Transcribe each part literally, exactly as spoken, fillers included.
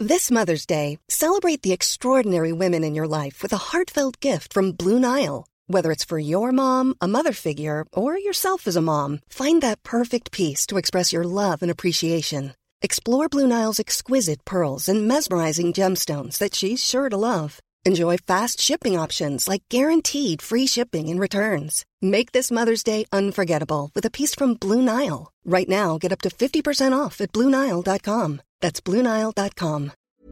This Mother's Day, celebrate the extraordinary women in your life with a heartfelt gift from Blue Nile. Whether it's for your mom, a mother figure, or yourself as a mom, find that perfect piece to express your love and appreciation. Explore Blue Nile's exquisite pearls and mesmerizing gemstones that she's sure to love. Enjoy fast shipping options like guaranteed free shipping and returns. Make this Mother's Day unforgettable with a piece from Blue Nile. Right now, get up to fifty percent off at blue nile dot com. That's blue nile dot com.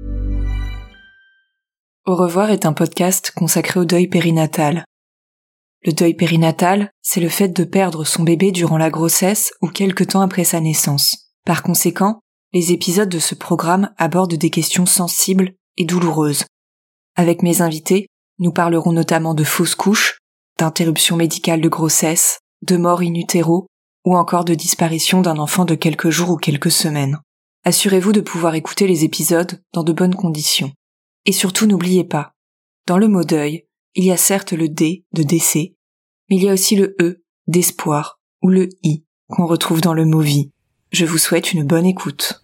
Au revoir est un podcast consacré au deuil périnatal. Le deuil périnatal, c'est le fait de perdre son bébé durant la grossesse ou quelque temps après sa naissance. Par conséquent, les épisodes de ce programme abordent des questions sensibles et douloureuses. Avec mes invités, nous parlerons notamment de fausses couches, d'interruption médicale de grossesse, de mort in utero ou encore de disparition d'un enfant de quelques jours ou quelques semaines. Assurez-vous de pouvoir écouter les épisodes dans de bonnes conditions. Et surtout n'oubliez pas, dans le mot deuil, il y a certes le D de décès, mais il y a aussi le E d'espoir ou le I qu'on retrouve dans le mot vie. Je vous souhaite une bonne écoute.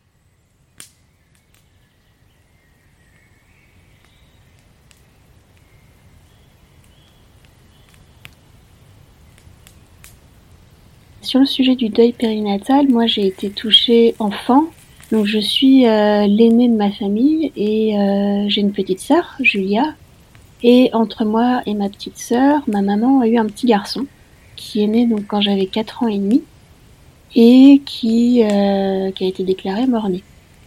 Sur le sujet du deuil périnatal, moi j'ai été touchée enfant, donc je suis euh, l'aînée de ma famille et euh, j'ai une petite sœur, Julia. Et entre moi et ma petite sœur, ma maman a eu un petit garçon qui est né donc quand j'avais quatre ans et demi et qui, euh, qui a été déclaré mort-né.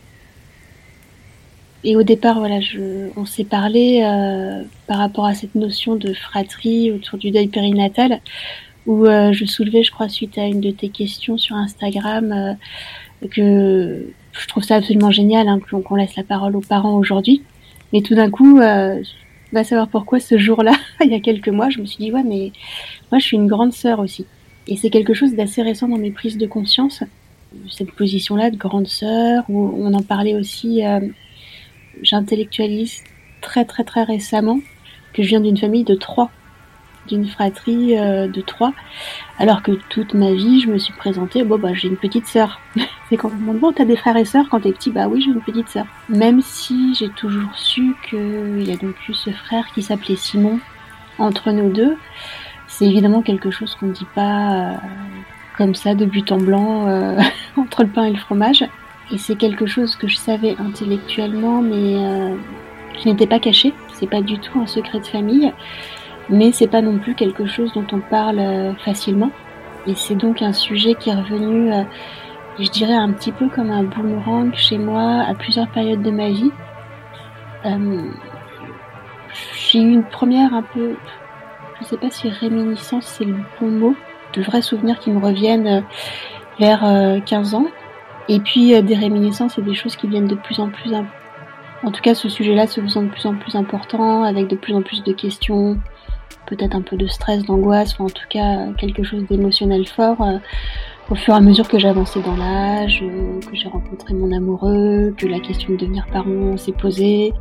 Et au départ, voilà, je, on s'est parlé euh, par rapport à cette notion de fratrie autour du deuil périnatal, où euh, je soulevais, je crois, suite à une de tes questions sur Instagram, euh, que je trouve ça absolument génial hein, qu'on, qu'on laisse la parole aux parents aujourd'hui. Mais tout d'un coup, euh, va savoir pourquoi ce jour-là, il y a quelques mois, je me suis dit, ouais, mais moi, je suis une grande sœur aussi. Et c'est quelque chose d'assez récent dans mes prises de conscience, cette position-là de grande sœur, où on en parlait aussi, euh, j'intellectualise très, très, très récemment que je viens d'une famille de trois, d'une fratrie euh, de trois, alors que toute ma vie, je me suis présentée, bon, bah, j'ai une petite sœur. C'est quand on me demande, bon, t'as des frères et sœurs quand t'es petit? Bah oui, j'ai une petite sœur. Même si j'ai toujours su qu'il y a donc eu ce frère qui s'appelait Simon entre nous deux, c'est évidemment quelque chose qu'on ne dit pas euh, comme ça de but en blanc euh, entre le pain et le fromage. Et c'est quelque chose que je savais intellectuellement, mais euh, qui n'était pas caché. C'est pas du tout un secret de famille, mais c'est pas non plus quelque chose dont on parle euh, facilement. Et c'est donc un sujet qui est revenu, euh, je dirais un petit peu comme un boomerang chez moi à plusieurs périodes de ma vie. Euh, j'ai eu une première un peu, je sais pas si réminiscence c'est le bon mot, de vrais souvenirs qui me reviennent euh, vers euh, quinze ans. Et puis euh, des réminiscences et des choses qui viennent de plus en plus, imp- en tout cas ce sujet-là se faisant de plus en plus important, avec de plus en plus de questions, peut-être un peu de stress, d'angoisse, enfin en tout cas quelque chose d'émotionnel fort euh, au fur et à mesure que j'avançais dans l'âge, euh, que j'ai rencontré mon amoureux, que la question de devenir parent s'est posée.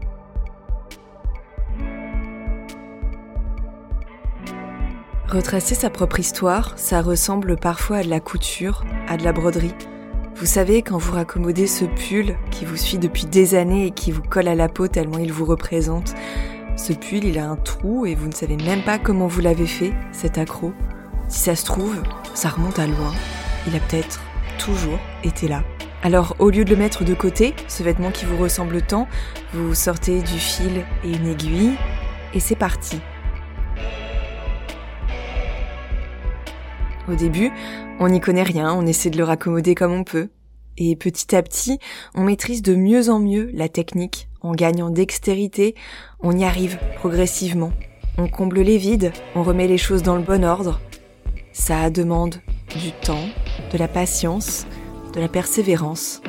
Retracer sa propre histoire, ça ressemble parfois à de la couture, à de la broderie. Vous savez, quand vous raccommodez ce pull qui vous suit depuis des années et qui vous colle à la peau tellement il vous représente, ce pull, il a un trou et vous ne savez même pas comment vous l'avez fait, cet accroc. Si ça se trouve, ça remonte à loin. Il a peut-être toujours été là. Alors, au lieu de le mettre de côté, ce vêtement qui vous ressemble tant, vous sortez du fil et une aiguille, et c'est parti. Au début, on n'y connaît rien, on essaie de le raccommoder comme on peut. Et petit à petit, on maîtrise de mieux en mieux la technique. En gagnant dextérité, on y arrive progressivement. On comble les vides, on remet les choses dans le bon ordre. Ça demande du temps, de la patience, de la persévérance.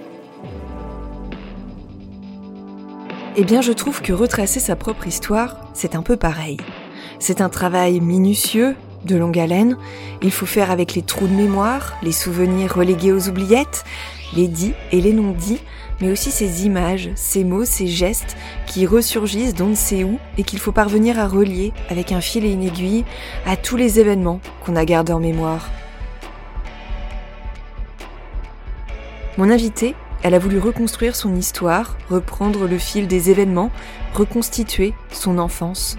Eh bien, je trouve que retracer sa propre histoire, c'est un peu pareil. C'est un travail minutieux, de longue haleine. Il faut faire avec les trous de mémoire, les souvenirs relégués aux oubliettes, les dits et les non-dits, mais aussi ces images, ces mots, ces gestes qui ressurgissent d'on ne sait où et qu'il faut parvenir à relier avec un fil et une aiguille à tous les événements qu'on a gardés en mémoire. Mon invitée, Elle a voulu reconstruire son histoire, reprendre le fil des événements, reconstituer son enfance.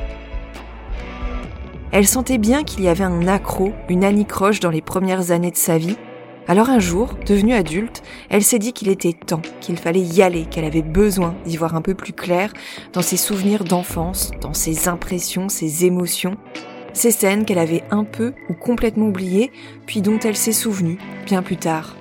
Elle sentait bien qu'il y avait un accroc, une anicroche dans les premières années de sa vie. Alors un jour, devenue adulte, elle s'est dit qu'il était temps, qu'il fallait y aller, qu'elle avait besoin d'y voir un peu plus clair dans ses souvenirs d'enfance, dans ses impressions, ses émotions, ces scènes qu'elle avait un peu ou complètement oubliées, puis dont elle s'est souvenue bien plus tard.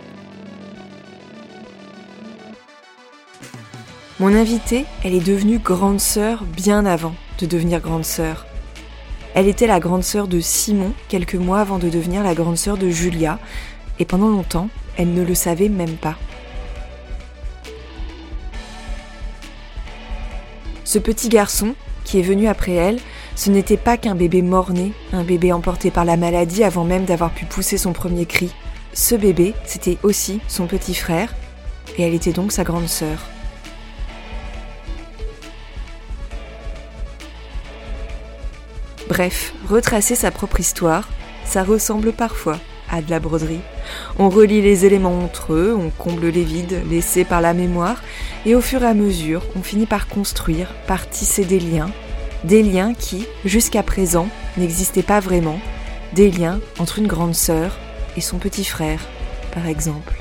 Mon invitée, elle est devenue grande sœur bien avant de devenir grande sœur. Elle était la grande sœur de Simon quelques mois avant de devenir la grande sœur de Julia, et pendant longtemps, elle ne le savait même pas. Ce petit garçon, qui est venu après elle, ce n'était pas qu'un bébé mort-né, un bébé emporté par la maladie avant même d'avoir pu pousser son premier cri. Ce bébé, c'était aussi son petit frère, et elle était donc sa grande sœur. Bref, retracer sa propre histoire, ça ressemble parfois à de la broderie. On relie les éléments entre eux, on comble les vides laissés par la mémoire, et au fur et à mesure, on finit par construire, par tisser des liens, des liens qui, jusqu'à présent, n'existaient pas vraiment, des liens entre une grande sœur et son petit frère, par exemple.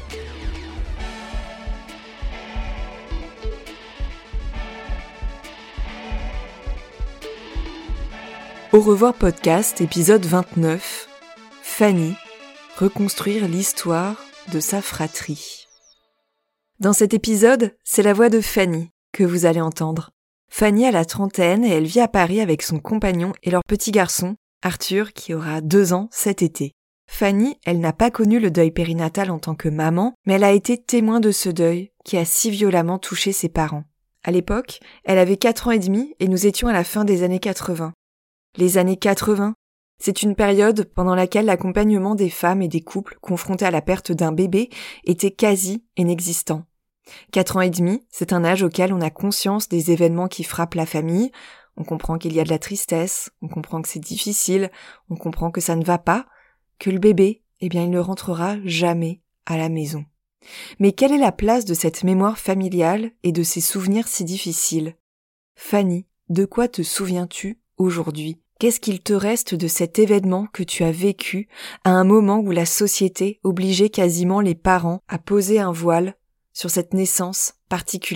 Au revoir podcast, épisode vingt-neuf. Fanny, reconstruire l'histoire de sa fratrie. Dans cet épisode, c'est la voix de Fanny que vous allez entendre. Fanny a la trentaine et elle vit à Paris avec son compagnon et leur petit garçon, Arthur, qui aura deux ans cet été. Fanny, elle n'a pas connu le deuil périnatal en tant que maman, mais elle a été témoin de ce deuil qui a si violemment touché ses parents. À l'époque, elle avait quatre ans et demi et nous étions à la fin des années quatre-vingts. Les années quatre-vingts, c'est une période pendant laquelle l'accompagnement des femmes et des couples confrontés à la perte d'un bébé était quasi inexistant. Quatre ans et demi, c'est un âge auquel on a conscience des événements qui frappent la famille, on comprend qu'il y a de la tristesse, on comprend que c'est difficile, on comprend que ça ne va pas, que le bébé, eh bien il ne rentrera jamais à la maison. Mais quelle est la place de cette mémoire familiale et de ces souvenirs si difficiles ? Fanny, de quoi te souviens-tu aujourd'hui ? Qu'est-ce qu'il te reste de cet événement que tu as vécu à un moment où la société obligeait quasiment les parents à poser un voile sur cette naissance particulière ?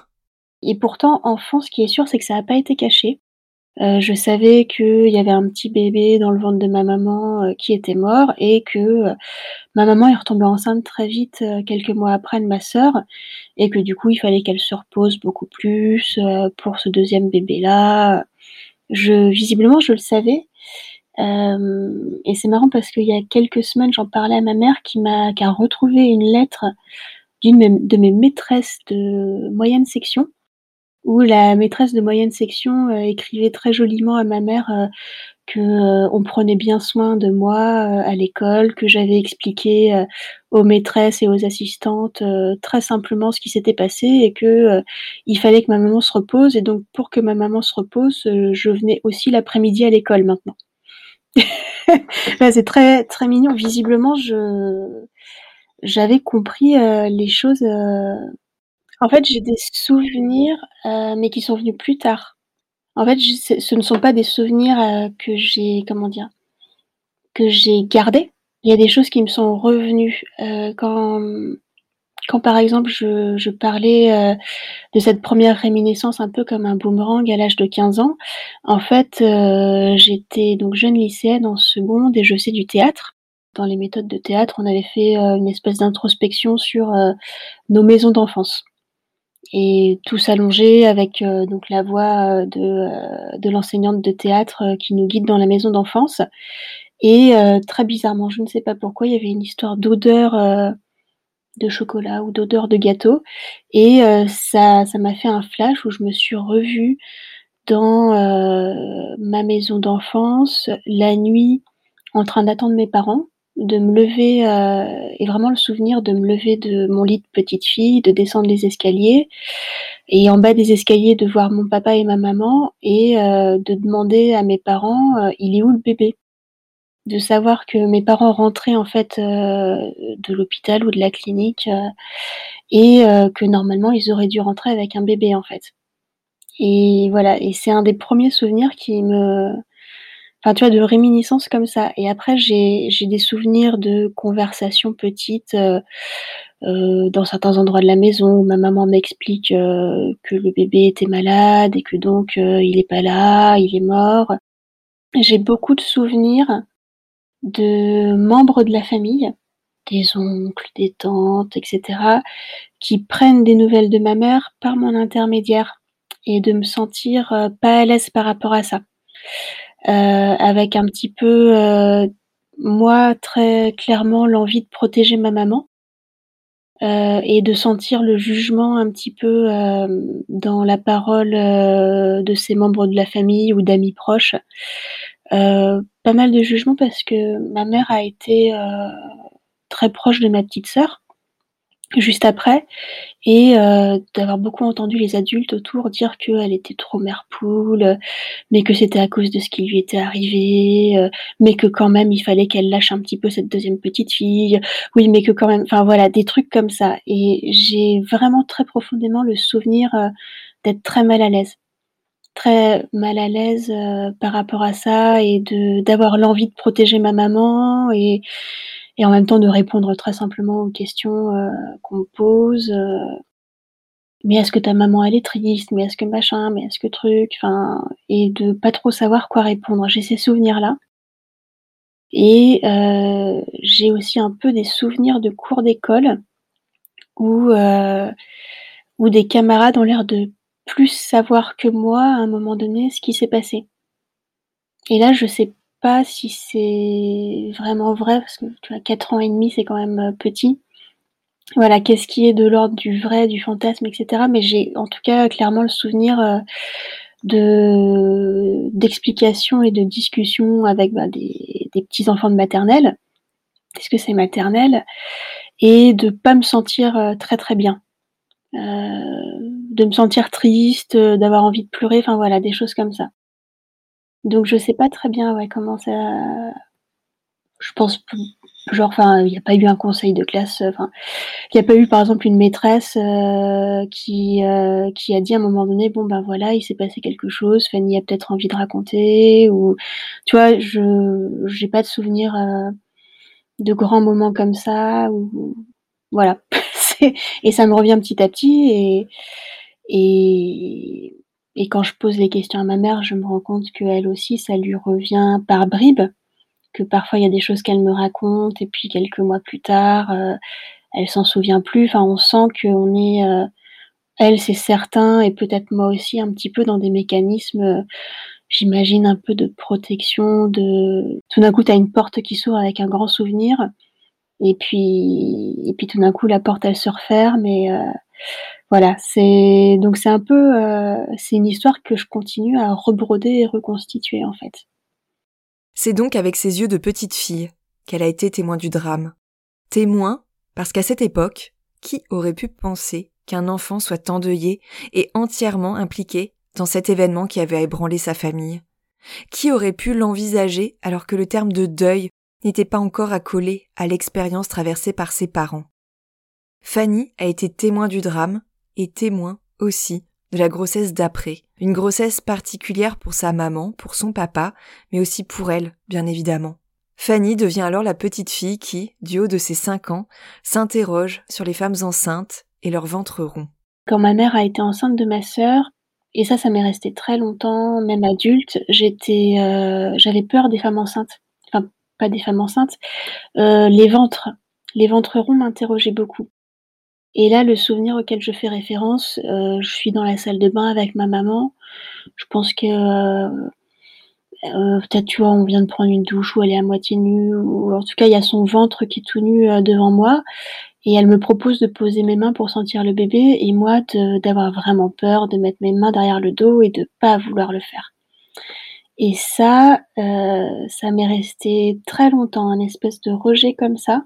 Et pourtant, enfant, ce qui est sûr, c'est que ça n'a pas été caché. Euh, je savais qu'il y avait un petit bébé dans le ventre de ma maman euh, qui était mort et que euh, ma maman est retombée enceinte très vite, euh, quelques mois après de ma sœur, et que du coup, il fallait qu'elle se repose beaucoup plus euh, pour ce deuxième bébé-là. Je, visiblement, je le savais. Euh, et c'est marrant parce qu'il y a quelques semaines, j'en parlais à ma mère qui m'a, qui a retrouvé une lettre d'une de mes maîtresses de moyenne section, où la maîtresse de moyenne section euh, écrivait très joliment à ma mère euh, que euh, on prenait bien soin de moi euh, à l'école, que j'avais expliqué euh, aux maîtresses et aux assistantes euh, très simplement ce qui s'était passé et que euh, il fallait que ma maman se repose, et donc pour que ma maman se repose, euh, je venais aussi l'après-midi à l'école maintenant. Là, c'est très très mignon. Visiblement, je j'avais compris euh, les choses. Euh... En fait, j'ai des souvenirs, euh, mais qui sont venus plus tard. En fait, je, ce ne sont pas des souvenirs euh, que j'ai, comment dire, que j'ai gardés. Il y a des choses qui me sont revenues euh, quand, quand par exemple je, je parlais euh, de cette première réminiscence un peu comme un boomerang à l'âge de quinze ans. En fait, euh, j'étais donc jeune lycéenne en seconde et je faisais du théâtre. Dans les méthodes de théâtre, on avait fait euh, une espèce d'introspection sur euh, nos maisons d'enfance. Et tout s'allonger avec euh, donc la voix de, euh, de l'enseignante de théâtre euh, qui nous guide dans la maison d'enfance. Et euh, très bizarrement, je ne sais pas pourquoi, il y avait une histoire d'odeur euh, de chocolat ou d'odeur de gâteau. Et euh, ça, ça m'a fait un flash où je me suis revue dans euh, ma maison d'enfance, la nuit, en train d'attendre mes parents, de me lever, euh, et vraiment le souvenir de me lever de mon lit de petite fille, de descendre les escaliers, et en bas des escaliers de voir mon papa et ma maman, et euh, de demander à mes parents, euh, il est où le bébé ? de savoir que mes parents rentraient en fait, heu, de l'hôpital ou de la clinique, heu et heu, que normalement ils auraient dû rentrer avec un bébé, en fait. Et voilà, et c'est un des premiers souvenirs qui me enfin, tu vois, de réminiscences comme ça. Et après j'ai j'ai des souvenirs de conversations petites, heu heu, dans certains endroits de la maison où ma maman m'explique, heu, que le bébé était malade et que donc, heu, il est pas là, il est mort. J'ai beaucoup de souvenirs de membres de la famille, des oncles, des tantes et cetera, qui prennent des nouvelles de ma mère par mon intermédiaire et de me sentir, heu, pas à l'aise par rapport à ça. Heu, avec un petit peu, heu, moi, très clairement, l'envie de protéger ma maman, heu et de sentir le jugement un petit peu, hem, dans la parole, heu, de ces membres de la famille ou d'amis proches. Heu, pas mal de jugement parce que ma mère a été, heu, très proche de ma petite sœur, juste après. Et heu, d'avoir beaucoup entendu les adultes autour dire qu'elle était trop mère poule, heu, mais que c'était à cause de ce qui lui était arrivé, heu, mais que quand même il fallait qu'elle lâche un petit peu cette deuxième petite fille. Oui, mais que quand même, enfin voilà, des trucs comme ça. Et j'ai vraiment très profondément le souvenir, heu, d'être très mal à l'aise. Très mal à l'aise, heu, par rapport à ça et de d'avoir l'envie de protéger ma maman et et en même temps de répondre très simplement aux questions, heu, qu'on me pose, heu mais est-ce que ta maman elle est triste? Mais est-ce que machin? Mais est-ce que truc? Enfin, et de pas trop savoir quoi répondre. J'ai ces souvenirs-là et heu, j'ai aussi un peu des souvenirs de cours d'école où, heu, où des camarades ont l'air de plus savoir que moi, à un moment donné, ce qui s'est passé. Et là, je sais pas si c'est vraiment vrai parce que, tu vois, quatre ans et demi, c'est quand même, heu, petit. Voilà, qu'est-ce qui est de l'ordre du vrai, du fantasme et cetera, mais j'ai en tout cas clairement le souvenir, heu, de d'explications et de discussions avec, bah, des des petits enfants de maternelle, puisque c'est maternelle, et de pas me sentir, heu, très, très bien. Heu, de me sentir triste, heu, d'avoir envie de pleurer, enfin voilà, des choses comme ça. Donc je sais pas très bien, ouais, comment ça je pense p genre, enfin, il y a pas eu un conseil de classe, heu, enfin, il y a pas eu par exemple une maîtresse, heu, qui, heu, qui a dit à un moment donné: «Bon, ben, voilà, il s'est passé quelque chose, Fanny a peut-être envie de raconter» ou tu vois? Je j'ai pas de souvenir, heu, de grands moments comme ça où voilà. C'est et ça me revient petit à petit et et et quand je pose les questions à ma mère, je me rends compte qu'elle aussi, ça lui revient par bribes, que parfois il y a des choses qu'elle me raconte et puis quelques mois plus tard, heu, elle s'en souvient plus. Enfin, on sent qu'on est, heu, elle, c'est certain et peut-être moi aussi un petit peu dans des mécanismes, heu, j'imagine un peu de protection, de tout d'un coup, tu as une porte qui s'ouvre avec un grand souvenir et puis et puis tout d'un coup la porte elle se referme et heu, voilà, c'est donc c'est un peu, heu, c'est une histoire que je continue à rebroder et reconstituer, en fait. C'est donc avec ses yeux de petite fille qu'elle a été témoin du drame. Témoin parce qu'à cette époque, qui aurait pu penser qu'un enfant soit endeuillé et entièrement impliqué dans cet événement qui avait ébranlé sa famille? Qui aurait pu l'envisager alors que le terme de deuil n'était pas encore accolé à l'expérience traversée par ses parents? Fanny a été témoin du drame et témoin aussi de la grossesse d'après. Une grossesse particulière pour sa maman, pour son papa, mais aussi pour elle, bien évidemment. Fanny devient alors la petite fille qui, du haut de ses cinq ans, s'interroge sur les femmes enceintes et leur ventre rond. Quand ma mère a été enceinte de ma sœur, et ça, ça m'est resté très longtemps, même adulte, j'étais, heu, j'avais peur des femmes enceintes. Enfin, pas des femmes enceintes, heu, les ventres. Les ventres ronds m'interrogeaient beaucoup. Et là, le souvenir auquel je fais référence, heu, je suis dans la salle de bain avec ma maman. Je pense que, heu heu, peut-être, tu vois, on vient de prendre une douche ou elle est à moitié nue ou en tout cas, il y a son ventre qui est tout nu, heu, devant moi et elle me propose de poser mes mains pour sentir le bébé et moi de d'avoir vraiment peur, de mettre mes mains derrière le dos et de pas vouloir le faire. Et ça, heu, ça m'est resté très longtemps, un espèce de rejet comme ça,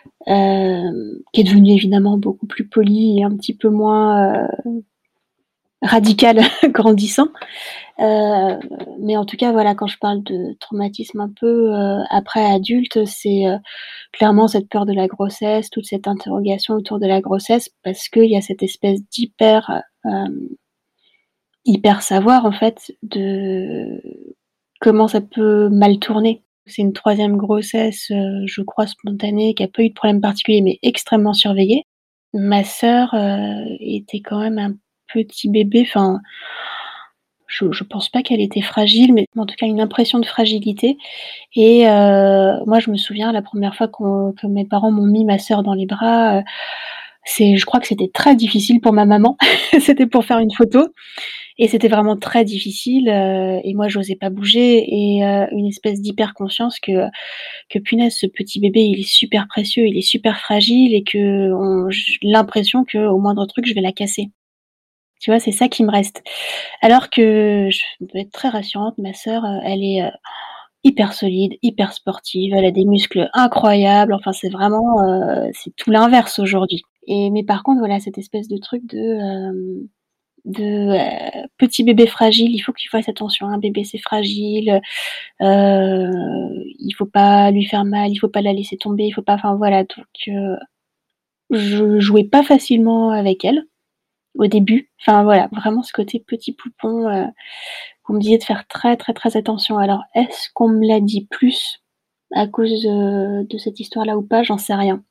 hem, qui est devenu évidemment beaucoup plus poli et un petit peu moins, heu radical grandissant. Euh, mais en tout cas, voilà, quand je parle de traumatisme un peu euh, après adulte, c'est euh, clairement cette peur de la grossesse, toute cette interrogation autour de la grossesse, parce qu'il y a cette espèce d'hyper euh, hyper savoir en fait de comment ça peut mal tourner. C'est une troisième grossesse, euh, je crois spontanée, qui a pas eu de problème particulier, mais extrêmement surveillée. Ma sœur euh, était quand même un petit bébé, enfin, je, je pense pas qu'elle était fragile, mais en tout cas une impression de fragilité. Et euh, moi, je me souviens la première fois qu'on, que mes parents m'ont mis ma sœur dans les bras, euh, c'est, je crois que c'était très difficile pour ma maman. C'était pour faire une photo. Et c'était vraiment très difficile, euh, et moi j'osais pas bouger, et euh, une espèce d'hyper conscience que que punaise, ce petit bébé il est super précieux, il est super fragile, et que on, j'ai l'impression que au moindre truc je vais la casser. Tu vois, c'est ça qui me reste. Alors que je vais être très rassurante, ma sœur, euh, elle est euh, hyper solide, hyper sportive, elle a des muscles incroyables. Enfin, c'est vraiment, euh, c'est tout l'inverse aujourd'hui. Et mais par contre, voilà, cette espèce de truc de euh, de euh, petit bébé fragile, il faut qu'il fasse attention. Un bébé c'est fragile, euh, il faut pas lui faire mal, il faut pas la laisser tomber, il faut pas. Enfin voilà, donc euh, je jouais pas facilement avec elle au début. Enfin voilà, vraiment ce côté petit poupon, euh, qu'on me disait de faire très très très attention. Alors est-ce qu'on me l'a dit plus à cause de, de cette histoire-là ou pas? J'en sais rien.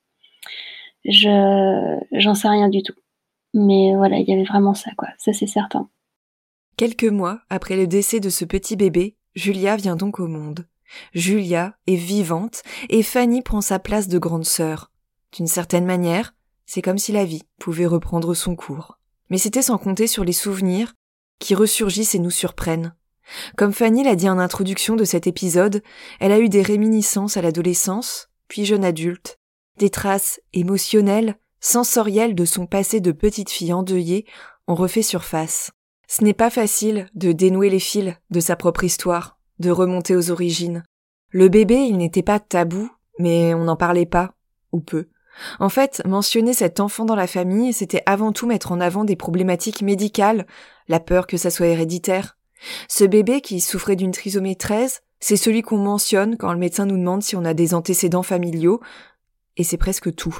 Je j'en sais rien du tout. Mais voilà, il y avait vraiment ça, quoi. Ça, c'est certain. Quelques mois après le décès de ce petit bébé, Julia vient donc au monde. Julia est vivante et Fanny prend sa place de grande sœur. D'une certaine manière, c'est comme si la vie pouvait reprendre son cours. Mais c'était sans compter sur les souvenirs qui ressurgissent et nous surprennent. Comme Fanny l'a dit en introduction de cet épisode, elle a eu des réminiscences à l'adolescence, puis jeune adulte, des traces émotionnelles, sensorielles de son passé de petite fille endeuillée ont refait surface. Ce n'est pas facile de dénouer les fils de sa propre histoire, de remonter aux origines. Le bébé, il n'était pas tabou, mais on n'en parlait pas, ou peu. En fait, mentionner cet enfant dans la famille, c'était avant tout mettre en avant des problématiques médicales, la peur que ça soit héréditaire. Ce bébé qui souffrait d'une trisomie treize, c'est celui qu'on mentionne quand le médecin nous demande si on a des antécédents familiaux, et c'est presque tout.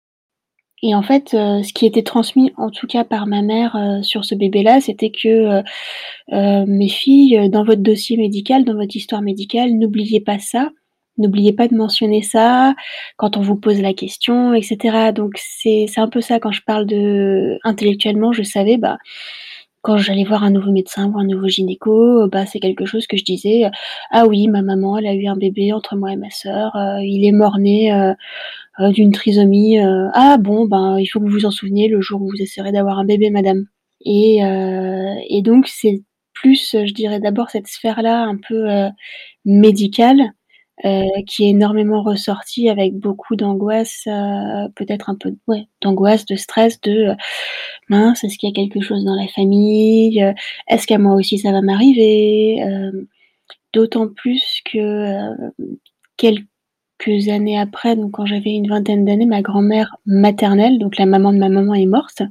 Et en fait, euh, ce qui était transmis, en tout cas par ma mère, euh, sur ce bébé-là, c'était que euh, euh, mes filles, dans votre dossier médical, dans votre histoire médicale, n'oubliez pas ça, n'oubliez pas de mentionner ça quand on vous pose la question, et cetera. Donc c'est c'est un peu ça quand je parle de intellectuellement, je savais, bah quand j'allais voir un nouveau médecin ou un nouveau gynéco, bah c'est quelque chose que je disais, euh, ah oui, ma maman, elle a eu un bébé entre moi et ma sœur, euh, il est mort-né. Euh, euh, d'une trisomie. Euh, ah bon, ben il faut que vous vous en souveniez le jour où vous essayerez d'avoir un bébé, madame. Et, euh, et donc c'est plus, je dirais d'abord cette sphère-là un peu euh, médicale, euh, qui est énormément ressortie avec beaucoup d'angoisse, euh, peut-être un peu ouais, d'angoisse, de stress, de euh, mince, est-ce qu'il y a quelque chose dans la famille, euh, est-ce qu'à moi aussi ça va m'arriver, euh, d'autant plus que euh, quelques Quelques années après, donc quand j'avais une vingtaine d'années, ma grand-mère maternelle, donc la maman de ma maman, est morte.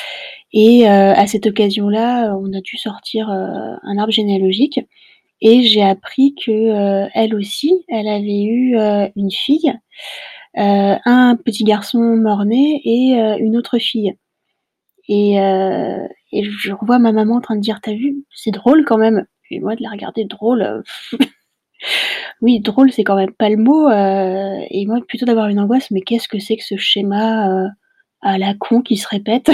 Et euh, à cette occasion-là, on a dû sortir euh, un arbre généalogique. Et j'ai appris que euh, elle aussi, elle avait eu euh, une fille, euh, un petit garçon mort-né et euh, une autre fille. Et, euh, et je revois ma maman en train de dire, t'as vu, c'est drôle quand même. Et moi de la regarder drôle. Euh, Oui, drôle, c'est quand même pas le mot, heu et moi plutôt d'avoir une angoisse, mais qu'est-ce que c'est que ce schéma, heu, à la con qui se répète?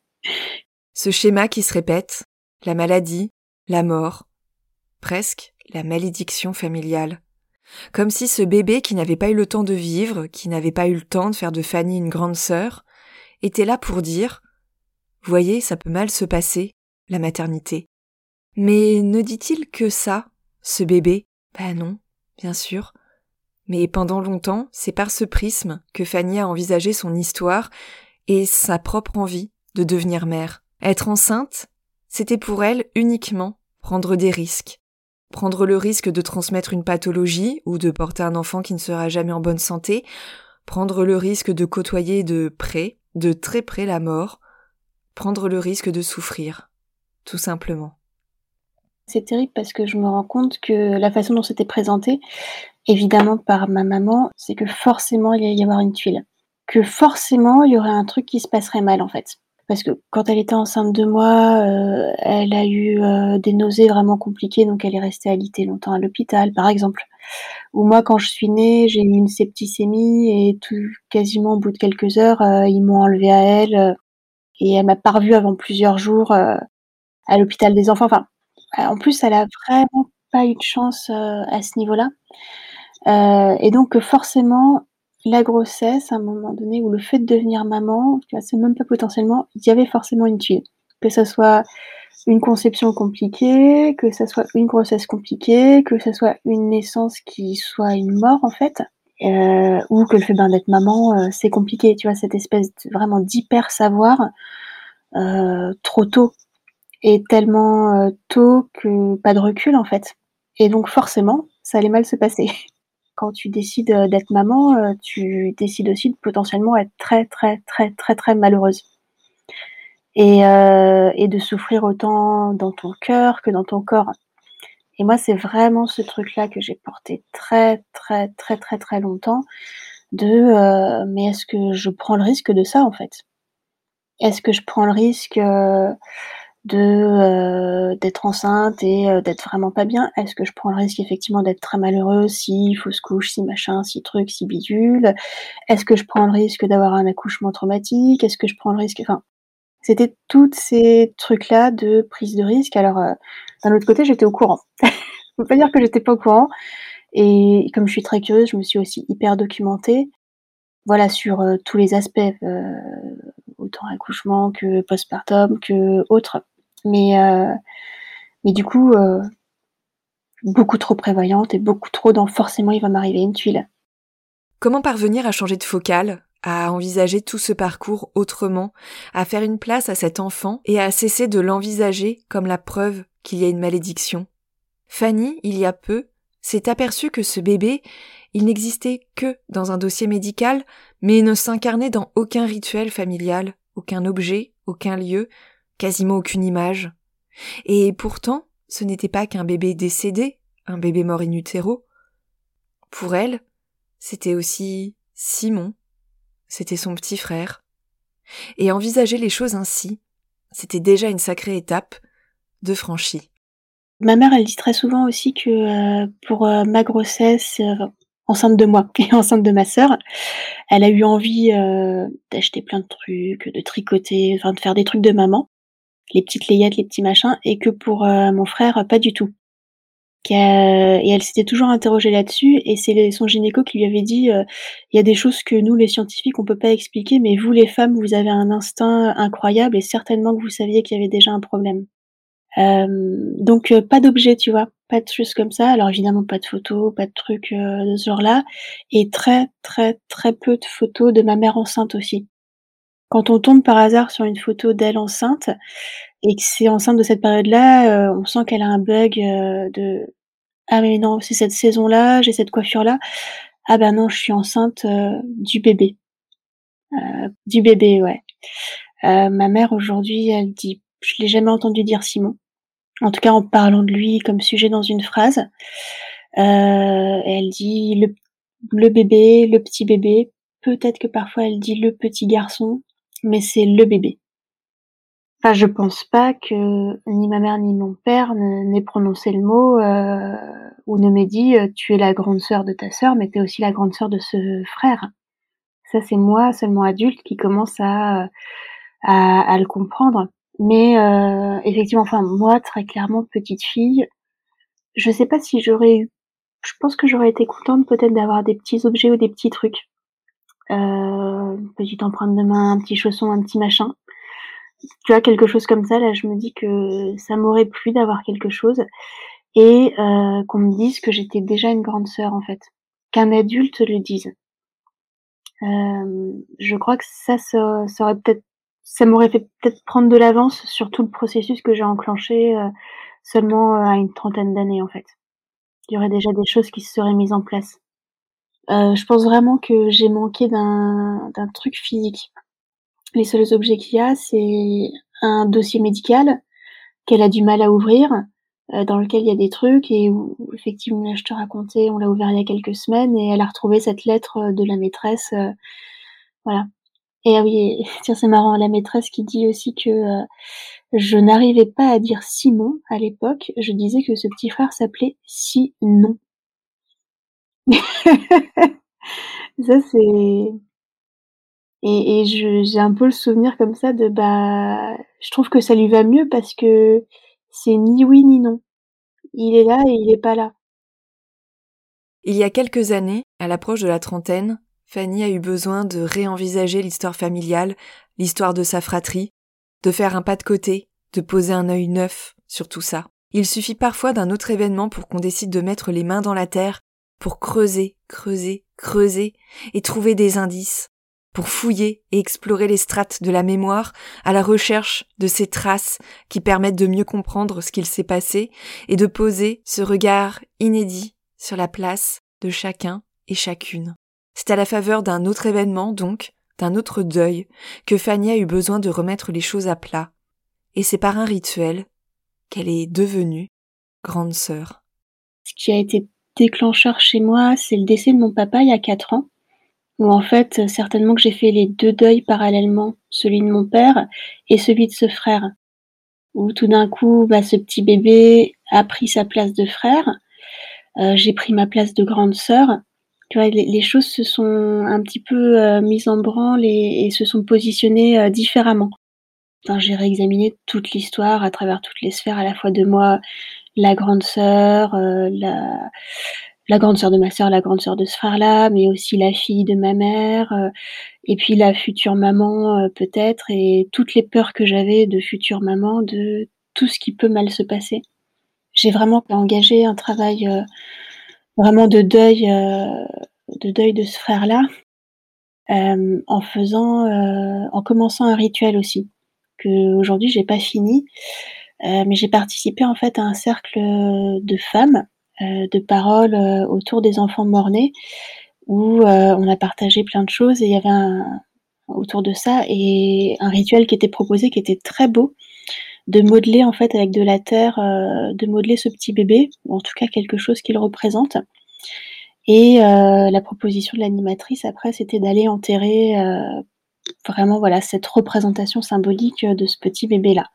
Ce schéma qui se répète, la maladie, la mort, presque la malédiction familiale. Comme si ce bébé qui n'avait pas eu le temps de vivre, qui n'avait pas eu le temps de faire de Fanny une grande sœur, était là pour dire « Voyez, ça peut mal se passer, la maternité. » Mais ne dit-il que ça, ce bébé? Ben non, bien sûr. Mais pendant longtemps, c'est par ce prisme que Fanny a envisagé son histoire et sa propre envie de devenir mère. Être enceinte, c'était pour elle uniquement prendre des risques. Prendre le risque de transmettre une pathologie ou de porter un enfant qui ne sera jamais en bonne santé, prendre le risque de côtoyer de près, de très près la mort, prendre le risque de souffrir. tout simplement. C'est terrible parce que je me rends compte que la façon dont c'était présenté, évidemment par ma maman, c'est que forcément il allait y avoir une tuile. Que forcément il y aurait un truc qui se passerait mal en fait. Parce que quand elle était enceinte de moi, heu, elle a eu, heu, des nausées vraiment compliquées, donc elle est restée alitée longtemps à l'hôpital, par exemple. Ou moi quand je suis née, j'ai eu une septicémie et tout quasiment au bout de quelques heures, heu, ils m'ont enlevée à elle, heu, et elle m'a pas revue avant plusieurs jours, heu, à l'hôpital des enfants. Enfin, en plus elle a vraiment pas eu de chance, heu, à ce niveau-là. Heu et donc forcément, la grossesse, à un moment donné, ou le fait de devenir maman, tu vois, c'est même pas potentiellement, il y avait forcément une tuile. Que ça soit une conception compliquée, que ça soit une grossesse compliquée, que ça soit une naissance qui soit une mort en fait, heu, ou que le fait, ben, d'être maman, heu, c'est compliqué, tu vois? Cette espèce de vraiment d'hyper savoir, heu, trop tôt et tellement, heu, tôt que pas de recul en fait et donc forcément, ça allait mal se passer. Quand tu décides, heu, d'être maman, heu, tu décides aussi de potentiellement être très, très, très, très, très malheureuse et heu et de souffrir autant dans ton cœur que dans ton corps et moi, c'est vraiment ce truc-là que j'ai porté très, très, très, très, très longtemps de, heu: «Mais est-ce que je prends le risque de ça, en fait? Est-ce que je prends le risque, heu, de, heu, d'être enceinte et heu, d'être vraiment pas bien? Est-ce que je prends le risque effectivement d'être très malheureuse si fausse couche, si machin, si truc, si bidule? Est-ce que je prends le risque d'avoir un accouchement traumatique? Est-ce que je prends le risque?» enfin, c'était toutes ces trucs-là de prise de risque. Alors, heu, d'un autre côté, j'étais au courant. Je peux pas dire que j'étais pas au courant et comme je suis très curieuse, je me suis aussi hyper documentée, voilà, sur, heu, tous les aspects, heu, autant accouchement que postpartum que autres. Mais heu, mais du coup, heu, beaucoup trop prévoyante et beaucoup trop dans forcément il va m'arriver une tuile. Comment parvenir à changer de focale, à envisager tout ce parcours autrement, à faire une place à cet enfant et à cesser de l'envisager comme la preuve qu'il y a une malédiction? Fanny, il y a peu, s'est aperçue que ce bébé, il n'existait que dans un dossier médical, mais ne s'incarnait dans aucun rituel familial, aucun objet, aucun lieu, quasiment aucune image. Et pourtant, ce n'était pas qu'un bébé décédé, un bébé mort in utero. Pour elle, c'était aussi Simon, c'était son petit frère. Et envisager les choses ainsi, c'était déjà une sacrée étape de franchie. Ma mère, elle dit très souvent aussi que, heu, pour, heu, ma grossesse, heu, enceinte de moi et enceinte de ma sœur, elle a eu envie, heu, d'acheter plein de trucs, de tricoter, enfin de faire des trucs de maman, les petites layettes, les petits machins et que pour, heu, mon frère, pas du tout. Qu'e et elle s'était toujours interrogée là-dessus et c'est les son gynéco qui lui avait dit, heu: «Il y a des choses que nous, les scientifiques, on peut pas expliquer, mais vous, les femmes, vous avez un instinct incroyable et certainement que vous saviez qu'il y avait déjà un problème». Hem, donc heu, pas d'objet, tu vois? Pas de choses comme ça. Alors évidemment, pas de photos, pas de trucs, heu, de ce genre-là et très, très, très peu de photos de ma mère enceinte aussi. Quand on tombe par hasard sur une photo d'elle enceinte et que c'est enceinte de cette période-là, heu, on sent qu'elle a un bug, heu, de: «Ah mais non, c'est cette saison-là, j'ai cette coiffure-là. Ah bah non, je suis enceinte, heu, du bébé». Heu, du bébé, ouais. Heu, ma mère aujourd'hui, elle dit je l'ai jamais entendue dire Simon. En tout cas en parlant de lui comme sujet dans une phrase. Heu, elle dit le le bébé, le petit bébé. Peut-être que parfois elle dit le petit garçon, mais c'est le bébé. Enfin, je pense pas que ni ma mère ni mon père ne n'aient prononcé le mot, heu, ou ne m'aient dit, heu: «Tu es la grande sœur de ta sœur, mais tu es aussi la grande sœur de ce frère». Ça, c'est moi, seulement adulte, qui commence à, à à le comprendre. Mais heu, effectivement, enfin moi, très clairement, petite fille, je sais pas si j'aurais eu je pense que j'aurais été contente peut-être d'avoir des petits objets ou des petits trucs. Heu, une petite empreinte de main, un petit chausson, un petit machin. Tu vois, quelque chose comme ça, là, je me dis que ça m'aurait plu d'avoir quelque chose et heu, qu'on me dise que j'étais déjà une grande sœur, en fait. Qu'un adulte le dise. Hem, je crois que ça, ça ça aurait peut-être ça m'aurait fait peut-être prendre de l'avance sur tout le processus que j'ai enclenché, heu, seulement, heu, à une trentaine d'années, en fait. Il y aurait déjà des choses qui se seraient mises en place. Heu, je pense vraiment que j'ai manqué d'un d'un truc physique. Les seuls objets qu'il y a, c'est un dossier médical qu'elle a du mal à ouvrir, euh, dans lequel il y a des trucs et où, où effectivement, là, je te racontais, on l'a ouvert il y a quelques semaines et elle a retrouvé cette lettre de la maîtresse, euh, voilà. Et ah oui, tiens, c'est marrant, la maîtresse qui dit aussi que euh, je n'arrivais pas à dire Simon à l'époque, je disais que ce petit frère s'appelait Sinon. Ça, c'est et et je j'ai un peu le souvenir comme ça de, bah, je trouve que ça lui va mieux parce que c'est ni oui ni non. Il est là et il est pas là. Il y a quelques années, à l'approche de la trentaine, Fanny a eu besoin de réenvisager l'histoire familiale, l'histoire de sa fratrie, de faire un pas de côté, de poser un œil neuf sur tout ça. Il suffit parfois d'un autre événement pour qu'on décide de mettre les mains dans la terre, pour creuser, creuser, creuser et trouver des indices, pour fouiller et explorer les strates de la mémoire à la recherche de ces traces qui permettent de mieux comprendre ce qu'il s'est passé et de poser ce regard inédit sur la place de chacun et chacune. C'est à la faveur d'un autre événement, donc, d'un autre deuil, que Fanny a eu besoin de remettre les choses à plat. Et c'est par un rituel qu'elle est devenue grande sœur. Ce qui a été déclencheur chez moi, c'est le décès de mon papa il y a quatre ans, où en fait, certainement que j'ai fait les deux deuils parallèlement, celui de mon père et celui de ce frère. Où tout d'un coup, bah, ce petit bébé a pris sa place de frère, euh, j'ai pris ma place de grande sœur. Tu vois, les, les choses se sont un petit peu euh, mises en branle et, et se sont positionnées euh, différemment. Enfin, j'ai réexaminé toute l'histoire à travers toutes les sphères, à la fois de moi, la grande sœur, euh, la, la grande sœur de ma sœur, la grande sœur de ce frère-là, mais aussi la fille de ma mère, euh, et puis la future maman euh, peut-être, et toutes les peurs que j'avais de future maman, de tout ce qui peut mal se passer. J'ai vraiment engagé un travail euh, vraiment de deuil, euh, de deuil de ce frère-là, euh, en faisant, euh, en commençant un rituel aussi, que aujourd'hui j'ai pas fini. Euh, mais j'ai participé en fait à un cercle de femmes, euh, de paroles euh, autour des enfants mort-nés, où euh, on a partagé plein de choses et il y avait un, autour de ça et un rituel qui était proposé qui était très beau, de modeler en fait avec de la terre, euh, de modeler ce petit bébé, ou en tout cas quelque chose qui le représente. Et euh, la proposition de l'animatrice après, c'était d'aller enterrer euh, vraiment voilà cette représentation symbolique de ce petit bébé-là.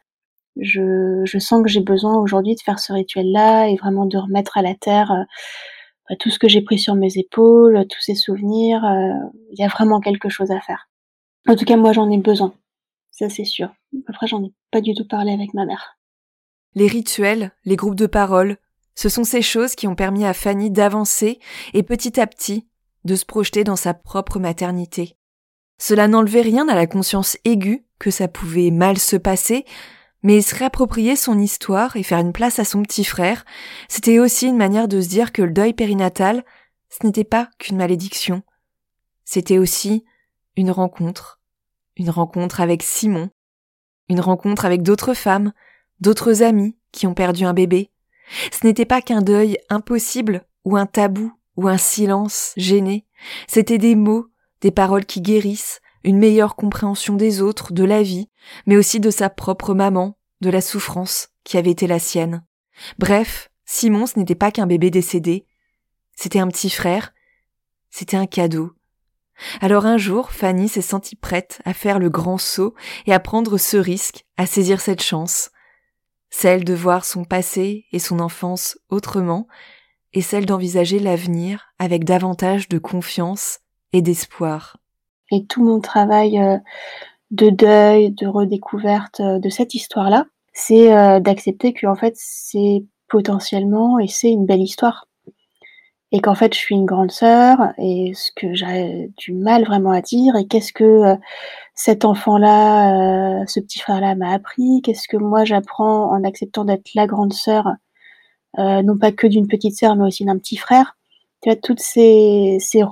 Je, je sens que j'ai besoin aujourd'hui de faire ce rituel-là et vraiment de remettre à la terre euh, bah, tout ce que j'ai pris sur mes épaules, tous ces souvenirs. Euh, il y a vraiment quelque chose à faire. En tout cas, moi, j'en ai besoin. Ça, c'est sûr. Après, j'en ai pas du tout parlé avec ma mère. Les rituels, les groupes de parole, ce sont ces choses qui ont permis à Fanny d'avancer et petit à petit de se projeter dans sa propre maternité. Cela n'enlevait rien à la conscience aiguë que ça pouvait mal se passer, mais se réapproprier son histoire et faire une place à son petit frère, c'était aussi une manière de se dire que le deuil périnatal, ce n'était pas qu'une malédiction. C'était aussi une rencontre. Une rencontre avec Simon. Une rencontre avec d'autres femmes, d'autres amis qui ont perdu un bébé. Ce n'était pas qu'un deuil impossible ou un tabou ou un silence gêné. C'était des mots, des paroles qui guérissent, une meilleure compréhension des autres, de la vie, mais aussi de sa propre maman, de la souffrance qui avait été la sienne. Bref, Simon, ce n'était pas qu'un bébé décédé. C'était un petit frère. C'était un cadeau. Alors un jour, Fanny s'est sentie prête à faire le grand saut et à prendre ce risque, à saisir cette chance. Celle de voir son passé et son enfance autrement, et celle d'envisager l'avenir avec davantage de confiance et d'espoir. Et tout mon travail euh, de deuil, de redécouverte euh, de cette histoire-là, c'est euh, d'accepter que en fait c'est potentiellement et c'est une belle histoire. Et qu'en fait je suis une grande sœur et ce que j'ai du mal vraiment à dire et qu'est-ce que euh, cet enfant-là, euh, ce petit frère-là m'a appris, qu'est-ce que moi j'apprends en acceptant d'être la grande sœur, euh, non pas que d'une petite sœur mais aussi d'un petit frère. Tu vois, toutes ces, ces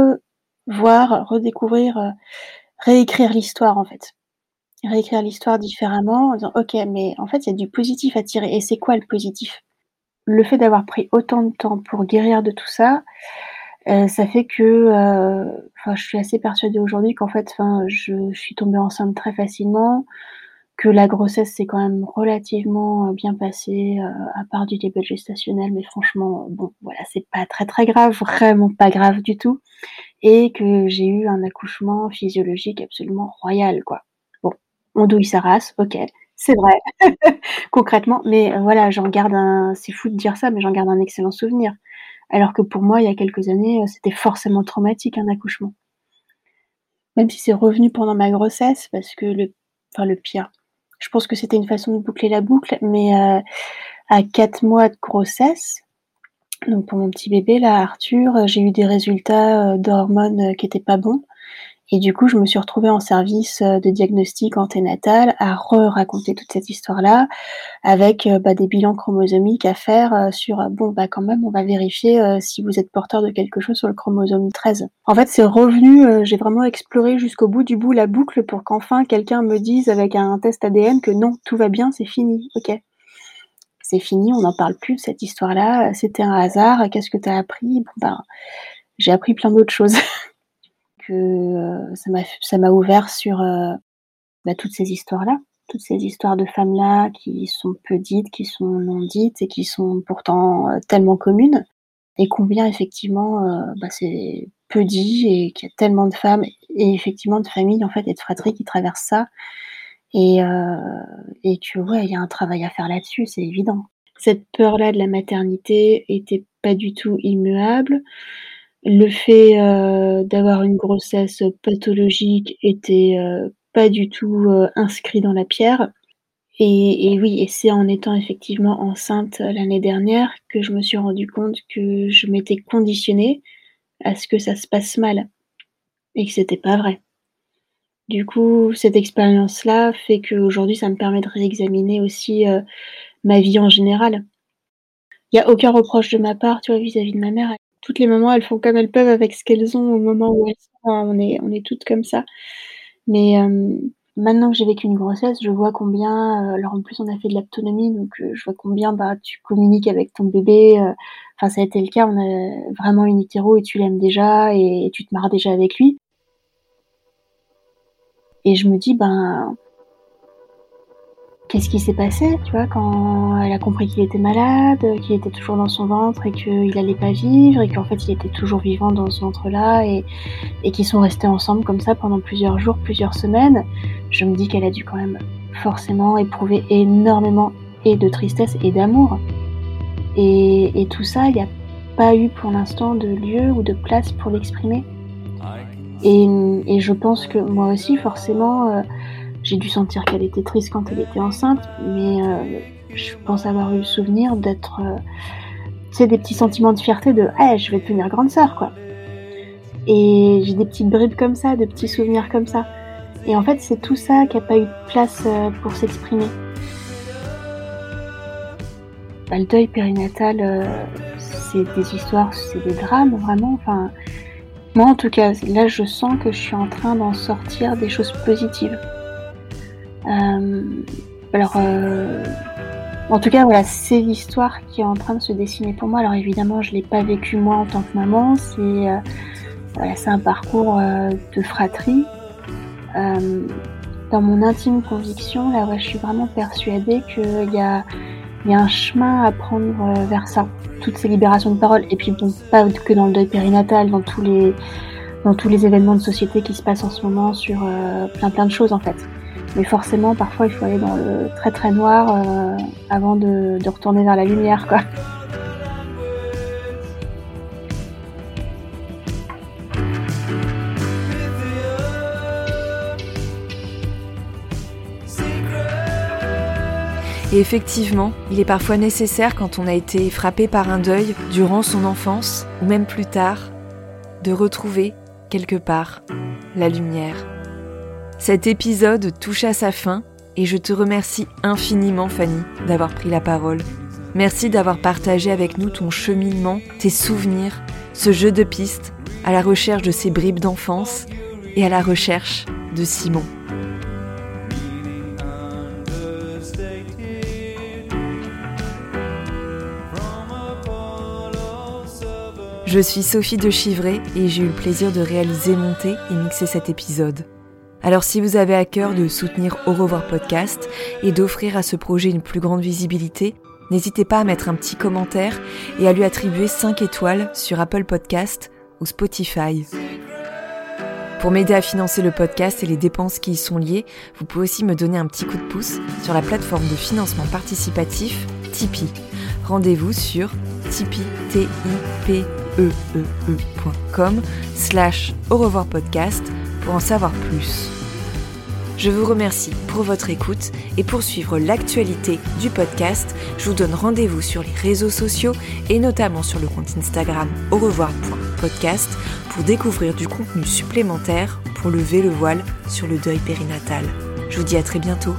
revoir, redécouvrir, euh, réécrire l'histoire en fait. Réécrire l'histoire différemment en disant ok mais en fait il y a du positif à tirer et c'est quoi le positif? Le fait d'avoir pris autant de temps pour guérir de tout ça, euh, ça fait que euh, je suis assez persuadée aujourd'hui qu'en fait je, je suis tombée enceinte très facilement, que la grossesse s'est quand même relativement bien passée, euh, à part du début gestationnel, mais franchement, bon, voilà, c'est pas très très grave, vraiment pas grave du tout, et que j'ai eu un accouchement physiologique absolument royal, quoi. Bon, on douille sa race, ok, c'est vrai, concrètement, mais voilà, j'en garde un, c'est fou de dire ça, mais j'en garde un excellent souvenir. Alors que pour moi, il y a quelques années, c'était forcément traumatique, un accouchement. Même si c'est revenu pendant ma grossesse, parce que le, enfin le pire, je pense que c'était une façon de boucler la boucle, mais euh, à quatre mois de grossesse, donc pour mon petit bébé là, Arthur, j'ai eu des résultats d'hormones qui étaient pas bons. Et du coup, je me suis retrouvée en service de diagnostic anténatal à re-raconter toute cette histoire-là, avec bah, des bilans chromosomiques à faire sur, bon, bah quand même, on va vérifier euh, si vous êtes porteur de quelque chose sur le chromosome treize. En fait, c'est revenu, euh, j'ai vraiment exploré jusqu'au bout du bout la boucle pour qu'enfin quelqu'un me dise avec un test A D N que non, tout va bien, c'est fini, ok. C'est fini, on n'en parle plus de cette histoire-là, c'était un hasard, qu'est-ce que t'as appris? Bon, ben, j'ai appris plein d'autres choses. que euh, ça m'a ça m'a ouvert sur euh, bah, toutes ces histoires-là, toutes ces histoires de femmes-là qui sont peu dites, qui sont non dites et qui sont pourtant euh, tellement communes, et combien effectivement euh, bah, c'est peu dit et qu'il y a tellement de femmes et effectivement de familles en fait et de fratries qui traversent ça, et euh, et que ouais, il y a un travail à faire là-dessus, c'est évident. Cette peur-là de la maternité était pas du tout immuable. Le fait euh, d'avoir une grossesse pathologique était euh, pas du tout euh, inscrit dans la pierre. Et, et oui, et c'est en étant effectivement enceinte l'année dernière que je me suis rendu compte que je m'étais conditionnée à ce que ça se passe mal et que c'était pas vrai. Du coup, cette expérience-là fait qu'aujourd'hui, ça me permet de réexaminer aussi euh, ma vie en général. Il y a aucun reproche de ma part, tu vois, vis-à-vis de ma mère. Toutes les mamans, elles font comme elles peuvent avec ce qu'elles ont au moment où elles sont. On est, on est toutes comme ça. Mais euh, maintenant que j'ai vécu une grossesse, je vois combien. Euh, alors en plus, on a fait de l'autonomie, donc euh, je vois combien bah tu communiques avec ton bébé. Euh, enfin, ça a été le cas. On a vraiment une hétéro et tu l'aimes déjà et, et tu te marres déjà avec lui. Et je me dis, ben, qu'est-ce qui s'est passé, tu vois, quand elle a compris qu'il était malade, qu'il était toujours dans son ventre et qu'il allait pas vivre et qu'en fait il était toujours vivant dans ce ventre-là et, et qu'ils sont restés ensemble comme ça pendant plusieurs jours, plusieurs semaines. Je me dis qu'elle a dû quand même forcément éprouver énormément et de tristesse et d'amour. Et, et tout ça, il n'y a pas eu pour l'instant de lieu ou de place pour l'exprimer. Et, et je pense que moi aussi, forcément, euh, j'ai dû sentir qu'elle était triste quand elle était enceinte, mais euh, je pense avoir eu le souvenir d'être, euh, tu sais, des petits sentiments de fierté de « hey, je vais devenir grande sœur, quoi ». Et j'ai des petites bribes comme ça, de petits souvenirs comme ça. Et en fait, c'est tout ça qui n'a pas eu de place euh, pour s'exprimer. Bah, le deuil périnatal, euh, c'est des histoires, c'est des drames, vraiment. Enfin, moi, en tout cas, là, je sens que je suis en train d'en sortir des choses positives. Euh, alors, euh, en tout cas, voilà, c'est l'histoire qui est en train de se dessiner pour moi. Alors évidemment, je l'ai pas vécu moi en tant que maman. C'est euh, voilà, c'est un parcours euh, de fratrie. Euh, dans mon intime conviction, là, ouais, je suis vraiment persuadée qu'il y a, il y a un chemin à prendre euh, vers ça. Toutes ces libérations de parole, et puis bon, pas que dans le deuil périnatal, dans tous les, dans tous les événements de société qui se passent en ce moment sur euh, plein plein de choses en fait. Mais forcément, parfois, il faut aller dans le très très noir euh, avant de, de retourner vers la lumière, quoi. Et effectivement, il est parfois nécessaire quand on a été frappé par un deuil durant son enfance, ou même plus tard, de retrouver, quelque part, la lumière. Cet épisode touche à sa fin et je te remercie infiniment, Fanny, d'avoir pris la parole. Merci d'avoir partagé avec nous ton cheminement, tes souvenirs, ce jeu de pistes à la recherche de ces bribes d'enfance et à la recherche de Simon. Je suis Sophie de Chivray et j'ai eu le plaisir de réaliser, monter et mixer cet épisode. Alors si vous avez à cœur de soutenir Au revoir podcast et d'offrir à ce projet une plus grande visibilité, n'hésitez pas à mettre un petit commentaire et à lui attribuer cinq étoiles sur Apple Podcast ou Spotify. Pour m'aider à financer le podcast et les dépenses qui y sont liées, vous pouvez aussi me donner un petit coup de pouce sur la plateforme de financement participatif Tipeee. Rendez-vous sur tipeee, t i p e e e point com slash au revoir podcast pour en savoir plus. Je vous remercie pour votre écoute et pour suivre l'actualité du podcast, je vous donne rendez-vous sur les réseaux sociaux et notamment sur le compte Instagram au revoir point podcast pour découvrir du contenu supplémentaire pour lever le voile sur le deuil périnatal. Je vous dis à très bientôt.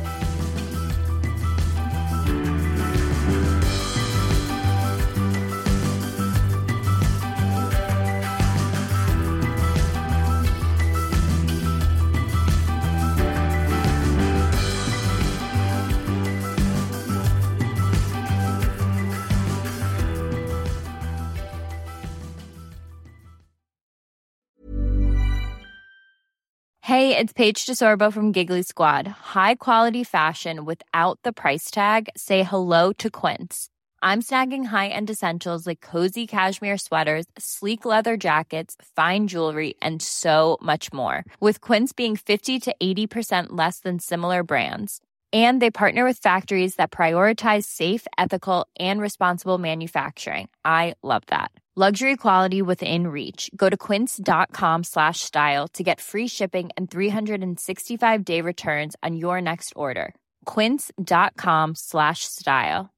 Hey, it's Paige DeSorbo from Giggly Squad. High quality fashion without the price tag. Say hello to Quince. I'm snagging high-end essentials like cozy cashmere sweaters, sleek leather jackets, fine jewelry, and so much more. With Quince being fifty to eighty percent less than similar brands. And they partner with factories that prioritize safe, ethical, and responsible manufacturing. I love that. Luxury quality within reach. Go to quince.com slash style to get free shipping and three sixty-five day returns on your next order. Quince.com slash style.